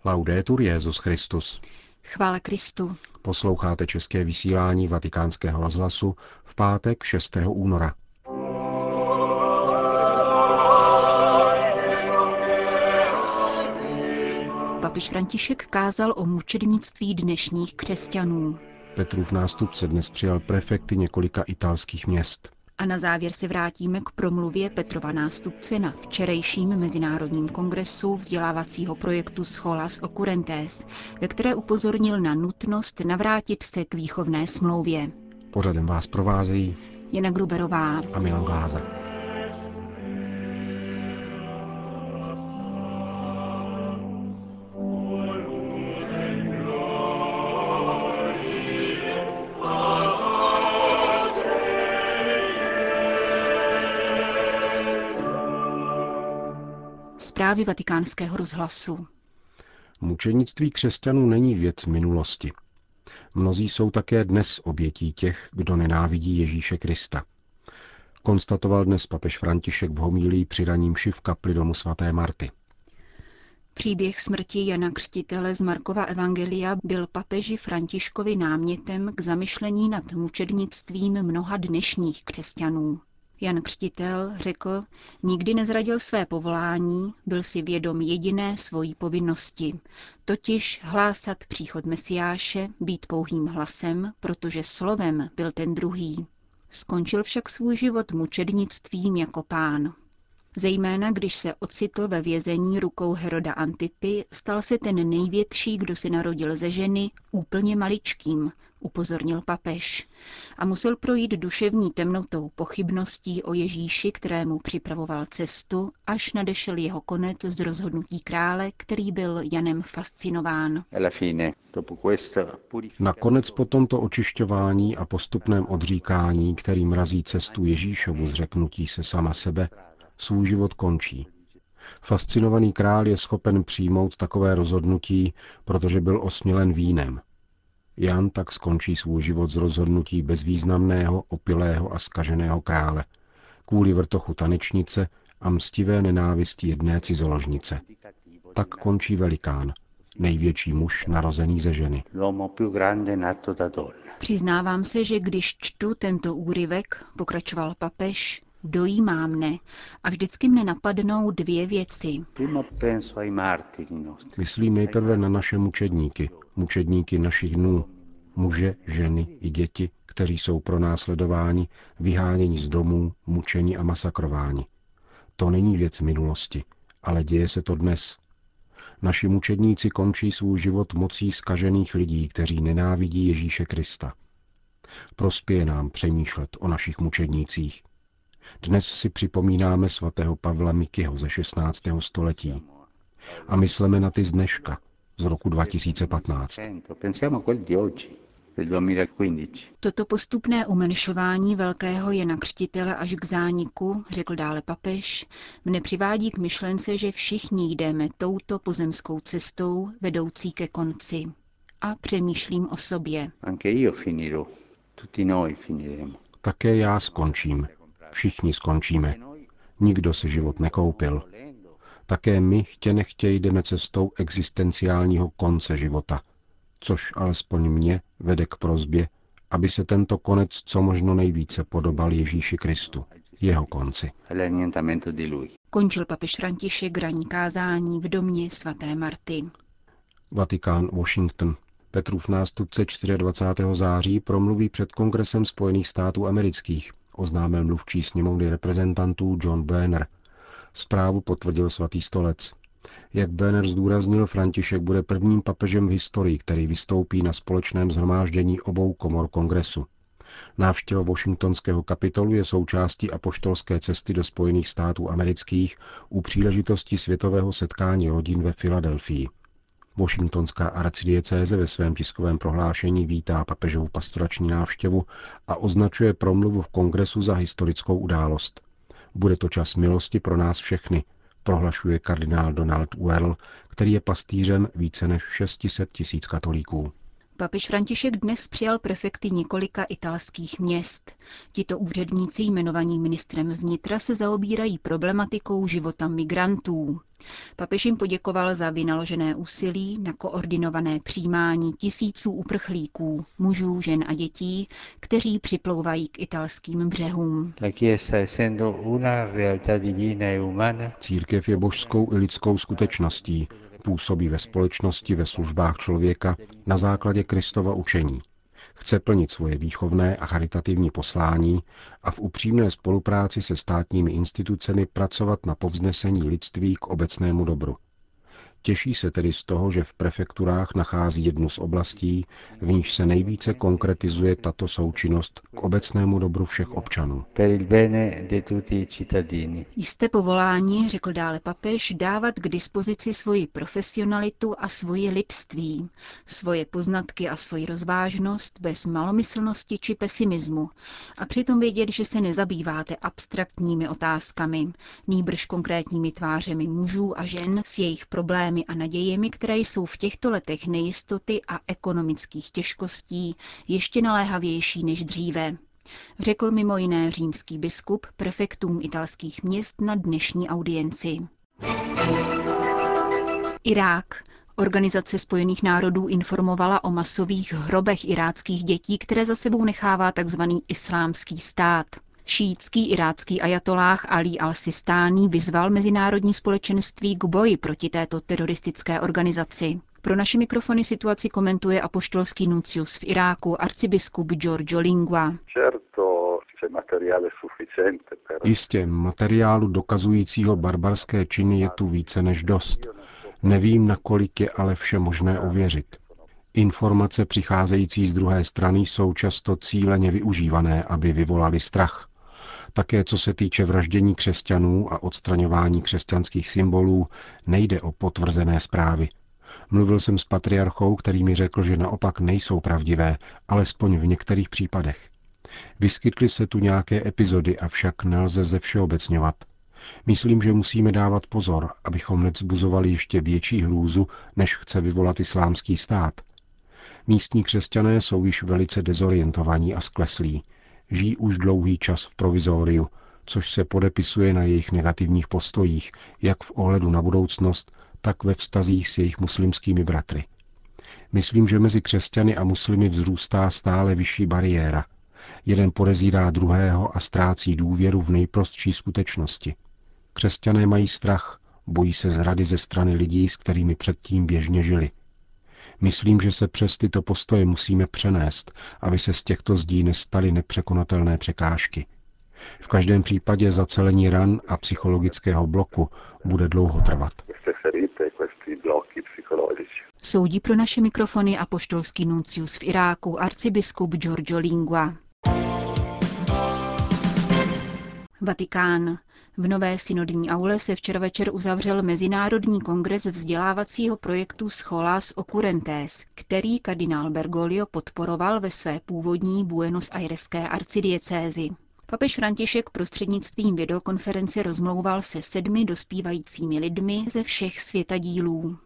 Laudetur Jesus Christus. Chvála Kristu. Posloucháte české vysílání Vatikánského rozhlasu v pátek 6. února. Papež František kázal o mučednictví dnešních křesťanů. Petrův nástupce dnes přijal prefekty několika italských měst. A na závěr se vrátíme k promluvě Petrova nástupce na včerejším Mezinárodním kongresu vzdělávacího projektu Scholas Occurrentes, ve které upozornil na nutnost navrátit se k výchovné smlouvě. Pořadem vás provázejí Jana Gruberová a Milan Glázer. Zprávy Vatikánského rozhlasu. Mučednictví křesťanů není věc minulosti. Mnozí jsou také dnes obětí těch, kdo nenávidí Ježíše Krista. Konstatoval dnes papež František v homílii při raní mši v kapli domu svaté Marty. Příběh smrti Jana Křtitele z Markova evangelia byl papeži Františkovi námětem k zamyšlení nad mučednictvím mnoha dnešních křesťanů. Jan Křtitel řekl, nikdy nezradil své povolání, byl si vědom jediné svojí povinnosti, totiž hlásat příchod Mesiáše, být pouhým hlasem, protože slovem byl ten druhý. Skončil však svůj život mučednictvím jako Pán. Zejména když se ocitl ve vězení rukou Heroda Antipy, stal se ten největší, kdo se narodil ze ženy, úplně maličkým, upozornil papež. A musel projít duševní temnotou pochybností o Ježíši, kterému připravoval cestu, až nadešel jeho konec z rozhodnutí krále, který byl Janem fascinován. Nakonec po tomto očišťování a postupném odříkání, kterým razí cestu Ježíšovu zřeknutí se sama sebe, svůj život končí. Fascinovaný král je schopen přijmout takové rozhodnutí, protože byl osmělen vínem. Jan tak skončí svůj život z rozhodnutí bezvýznamného, opilého a zkaženého krále, kvůli vrtochu tanečnice a mstivé nenávisti jedné cizoložnice. Tak končí velikán, největší muž narozený ze ženy. Přiznávám se, že když čtu tento úryvek, pokračoval papež, dojímá mne a vždycky mne napadnou dvě věci. Myslím nejprve na naše mučedníky našich dnů, muže, ženy i děti, kteří jsou pronásledováni, vyháněni z domů, mučeni a masakrováni. To není věc minulosti, ale děje se to dnes. Naši mučedníci končí svůj život mocí zkažených lidí, kteří nenávidí Ježíše Krista. Prospěje nám přemýšlet o našich mučednících. Dnes si připomínáme svatého Pavla Mikyho ze 16. století. A myslíme na ty z dneška, z roku 2015. Toto postupné umenšování velkého Jana Křtitele až k zániku, řekl dále papež, mne přivádí k myšlence, že všichni jdeme touto pozemskou cestou vedoucí ke konci. A přemýšlím o sobě. Také já skončím. Všichni skončíme. Nikdo si život nekoupil. Také my chtě nechtě jdeme cestou existenciálního konce života, což alespoň mě vede k prosbě, aby se tento konec co možno nejvíce podobal Ježíši Kristu, jeho konci. Končil papež František ranní kázání v domě svaté Marty. Vatikán, Washington. Petrův nástupce 24. září promluví před Kongresem Spojených států amerických, oznámil mluvčí sněmovny reprezentantů John Boehner. Zprávu potvrdil svatý stolec. Jak Boehner zdůraznil, František bude prvním papežem v historii, který vystoupí na společném shromáždění obou komor kongresu. Návštěva washingtonského kapitolu je součástí apoštolské cesty do Spojených států amerických u příležitosti světového setkání rodin ve Filadelfii. Washingtonská arcidiecéze ve svém tiskovém prohlášení vítá papežovu pastorační návštěvu a označuje promluvu v kongresu za historickou událost. Bude to čas milosti pro nás všechny, prohlašuje kardinál Donald Wuerl, který je pastýřem více než 600 000 katolíků. Papež František dnes přijal prefekty několika italských měst. Tito úředníci jmenovaní ministrem vnitra se zaobírají problematikou života migrantů. Papež jim poděkoval za vynaložené úsilí na koordinované přijímání tisíců uprchlíků, mužů, žen a dětí, kteří připlouvají k italským břehům. Církev je božskou i lidskou skutečností, působí ve společnosti ve službách člověka na základě Kristova učení. Chce plnit svoje výchovné a charitativní poslání a v upřímné spolupráci se státními institucemi pracovat na povznesení lidství k obecnému dobru. Těší se tedy z toho, že v prefekturách nachází jednu z oblastí, v níž se nejvíce konkretizuje tato součinnost k obecnému dobru všech občanů. Jste povoláni, řekl dále papež, dávat k dispozici svoji profesionalitu a svoje lidství, svoje poznatky a svoji rozvážnost bez malomyslnosti či pesimismu a přitom vědět, že se nezabýváte abstraktními otázkami, nýbrž konkrétními tvářemi mužů a žen s jejich problémy a nadějemi, které jsou v těchto letech nejistoty a ekonomických těžkostí ještě naléhavější než dříve, řekl mimo jiné římský biskup prefektům italských měst na dnešní audienci. Irák. Organizace Spojených národů informovala o masových hrobech iráckých dětí, které za sebou nechává tzv. Islámský stát. Šíitský irácký ajatolláh Ali al-Sistání vyzval mezinárodní společenství k boji proti této teroristické organizaci. Pro naše mikrofony situaci komentuje apoštolský nuncius v Iráku arcibiskup Giorgio Lingua. Jistě, materiálu dokazujícího barbarské činy je tu více než dost. Nevím, nakolik je ale vše možné ověřit. Informace přicházející z druhé strany jsou často cíleně využívané, aby vyvolali strach. Také co se týče vraždění křesťanů a odstraňování křesťanských symbolů, nejde o potvrzené zprávy. Mluvil jsem s patriarchou, který mi řekl, že naopak nejsou pravdivé, alespoň v některých případech. Vyskytly se tu nějaké epizody, avšak nelze zevšeobecňovat. Myslím, že musíme dávat pozor, abychom nevzbuzovali ještě větší hrůzu, než chce vyvolat Islámský stát. Místní křesťané jsou již velice dezorientovaní a skleslí. Žijí už dlouhý čas v provizoriu, což se podepisuje na jejich negativních postojích, jak v ohledu na budoucnost, tak ve vztazích s jejich muslimskými bratry. Myslím, že mezi křesťany a muslimy vzrůstá stále vyšší bariéra. Jeden podezírá druhého a ztrácí důvěru v nejprostší skutečnosti. Křesťané mají strach, bojí se zrady ze strany lidí, s kterými předtím běžně žili. Myslím, že se přes tyto postoje musíme přenést, aby se z těchto zdí nestaly nepřekonatelné překážky. V každém případě zacelení ran a psychologického bloku bude dlouho trvat. Soudí pro naše mikrofony apoštolský nuncius v Iráku arcibiskup Giorgio Lingua. Vatikán. V nové synodní aule se včera večer uzavřel Mezinárodní kongres vzdělávacího projektu Scholas Occurrentes, který kardinál Bergoglio podporoval ve své původní Buenos Aireské arcidiecézi. Papež František prostřednictvím videokonference rozmlouval se 7 dospívajícími lidmi ze všech světadílů.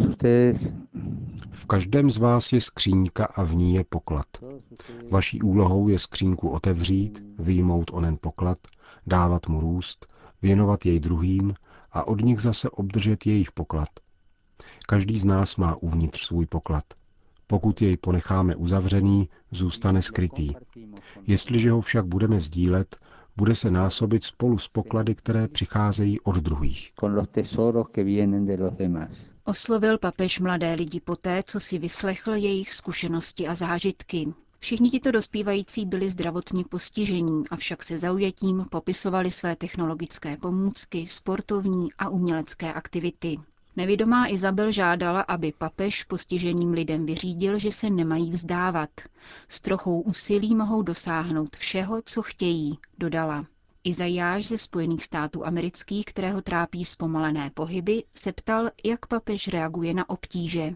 V každém z vás je skříňka a v ní je poklad. Vaší úlohou je skříňku otevřít, vyjmout onen poklad, dávat mu růst, věnovat jej druhým a od nich zase obdržet jejich poklad. Každý z nás má uvnitř svůj poklad. Pokud jej ponecháme uzavřený, zůstane skrytý. Jestliže ho však budeme sdílet, bude se násobit spolu s poklady, které přicházejí od druhých. Oslovil papež mladé lidi poté, co si vyslechl jejich zkušenosti a zážitky. Všichni tito dospívající byli zdravotně postižení, avšak se zaujetím popisovali své technologické pomůcky, sportovní a umělecké aktivity. Nevidomá Izabel žádala, aby papež postiženým lidem vyřídil, že se nemají vzdávat. S trochou úsilí mohou dosáhnout všeho, co chtějí, dodala. Izajáš ze Spojených států amerických, kterého trápí zpomalené pohyby, se ptal, jak papež reaguje na obtíže.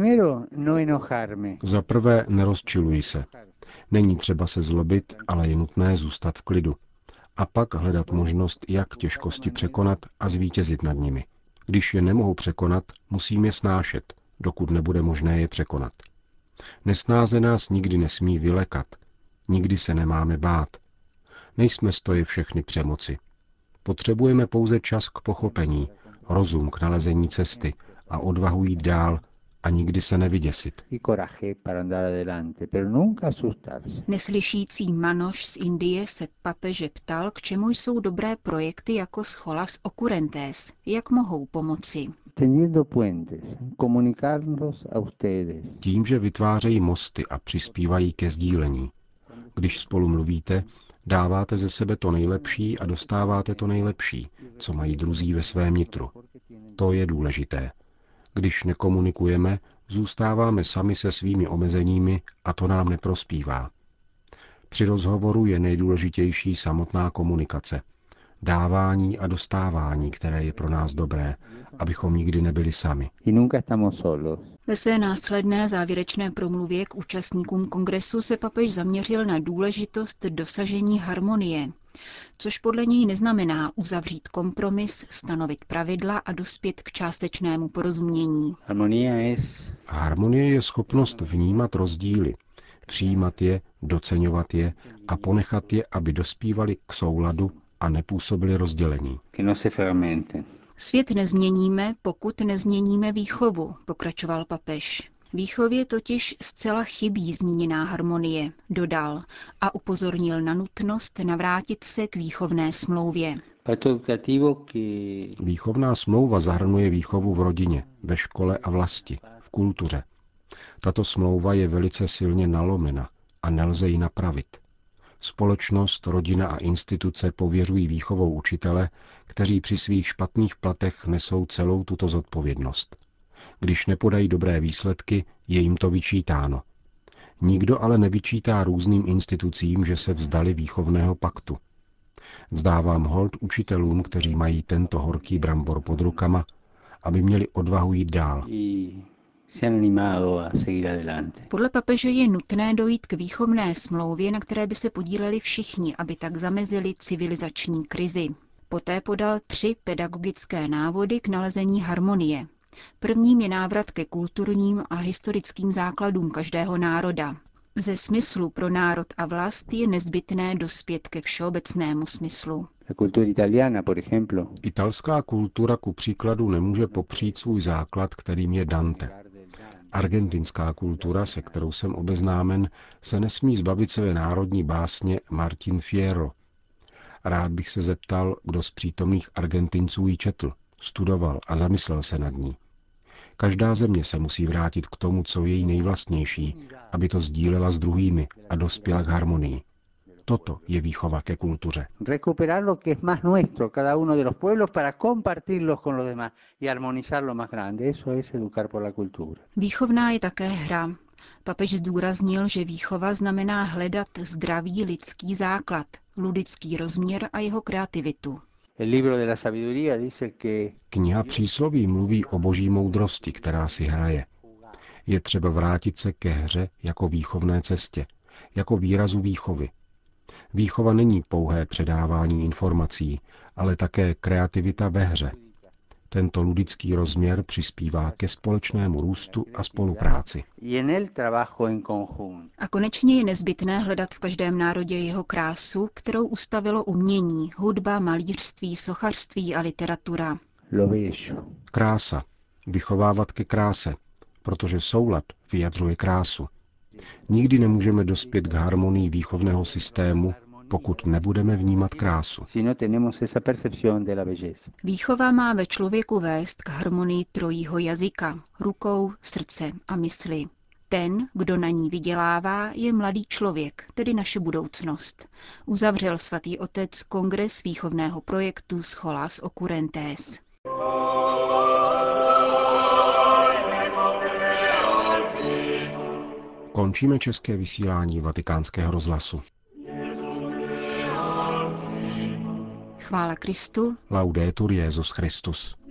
Za prvé, nerozčiluj se. Není třeba se zlobit, ale je nutné zůstat v klidu. A pak hledat možnost, jak těžkosti překonat a zvítězit nad nimi. Když je nemohu překonat, musím je snášet, dokud nebude možné je překonat. Nesnáze nás nikdy nesmí vylekat. Nikdy se nemáme bát. Nejsme stoje všechny přemoci. Potřebujeme pouze čas k pochopení, rozum k nalezení cesty a odvahu jít dál a nikdy se nevyděsit. Neslyšící Manoš z Indie se papeže ptal, k čemu jsou dobré projekty jako Scholas Occurrentes, jak mohou pomoci. Tím, že vytvářejí mosty a přispívají ke sdílení. Když spolu mluvíte, dáváte ze sebe to nejlepší a dostáváte to nejlepší, co mají druzí ve svém nitru. To je důležité. Když nekomunikujeme, zůstáváme sami se svými omezeními a to nám neprospívá. Při rozhovoru je nejdůležitější samotná komunikace. Dávání a dostávání, které je pro nás dobré, abychom nikdy nebyli sami. Ve své následné závěrečné promluvě k účastníkům kongresu se papež zaměřil na důležitost dosažení harmonie, což podle něj neznamená uzavřít kompromis, stanovit pravidla a dospět k částečnému porozumění. Harmonie je schopnost vnímat rozdíly, přijímat je, doceňovat je a ponechat je, aby dospívali k souladu a nepůsobili rozdělení. Svět nezměníme, pokud nezměníme výchovu, pokračoval papež. Výchově totiž zcela chybí zmíněná harmonie, dodal a upozornil na nutnost navrátit se k výchovné smlouvě. Výchovná smlouva zahrnuje výchovu v rodině, ve škole a vlasti, v kultuře. Tato smlouva je velice silně nalomena a nelze ji napravit. Společnost, rodina a instituce pověřují výchovou učitele, kteří při svých špatných platech nesou celou tuto zodpovědnost. Když nepodají dobré výsledky, je jim to vyčítáno. Nikdo ale nevyčítá různým institucím, že se vzdali výchovného paktu. Vzdávám hold učitelům, kteří mají tento horký brambor pod rukama, aby měli odvahu jít dál. Podle papeže je nutné dojít k výchovné smlouvě, na které by se podíleli všichni, aby tak zamezili civilizační krizi. Poté podal 3 pedagogické návody k nalezení harmonie. Prvním je návrat ke kulturním a historickým základům každého národa. Ze smyslu pro národ a vlast je nezbytné dospět ke všeobecnému smyslu. Italská kultura ku příkladu nemůže popřít svůj základ, kterým je Dante. Argentinská kultura, se kterou jsem obeznámen, se nesmí zbavit své národní básně Martin Fierro. Rád bych se zeptal, kdo z přítomných Argentinců ji četl, studoval a zamyslel se nad ní. Každá země se musí vrátit k tomu, co je jí nejvlastnější, aby to sdílela s druhými a dospěla k harmonii. Toto je výchova ke kultuře. Výchovná je také hra. Papež zdůraznil, že výchova znamená hledat zdravý lidský základ, ludický rozměr a jeho kreativitu. Kniha Přísloví mluví o boží moudrosti, která si hraje. Je třeba vrátit se ke hře jako výchovné cestě, jako výrazu výchovy. Výchova není pouhé předávání informací, ale také kreativita ve hře. Tento ludický rozměr přispívá ke společnému růstu a spolupráci. A konečně je nezbytné hledat v každém národě jeho krásu, kterou ustavilo umění, hudba, malířství, sochařství a literatura. Krása. Vychovávat ke kráse, protože soulad vyjadřuje krásu. Nikdy nemůžeme dospět k harmonii výchovného systému, pokud nebudeme vnímat krásu. Výchova má ve člověku vést k harmonii trojího jazyka, rukou, srdce a mysli. Ten, kdo na ní vydělává, je mladý člověk, tedy naše budoucnost. Uzavřel svatý otec kongres výchovného projektu Scholas Occurrentes. Končíme české vysílání Vatikánského rozhlasu. Chvála Kristu. Laudetur Jesus Christus.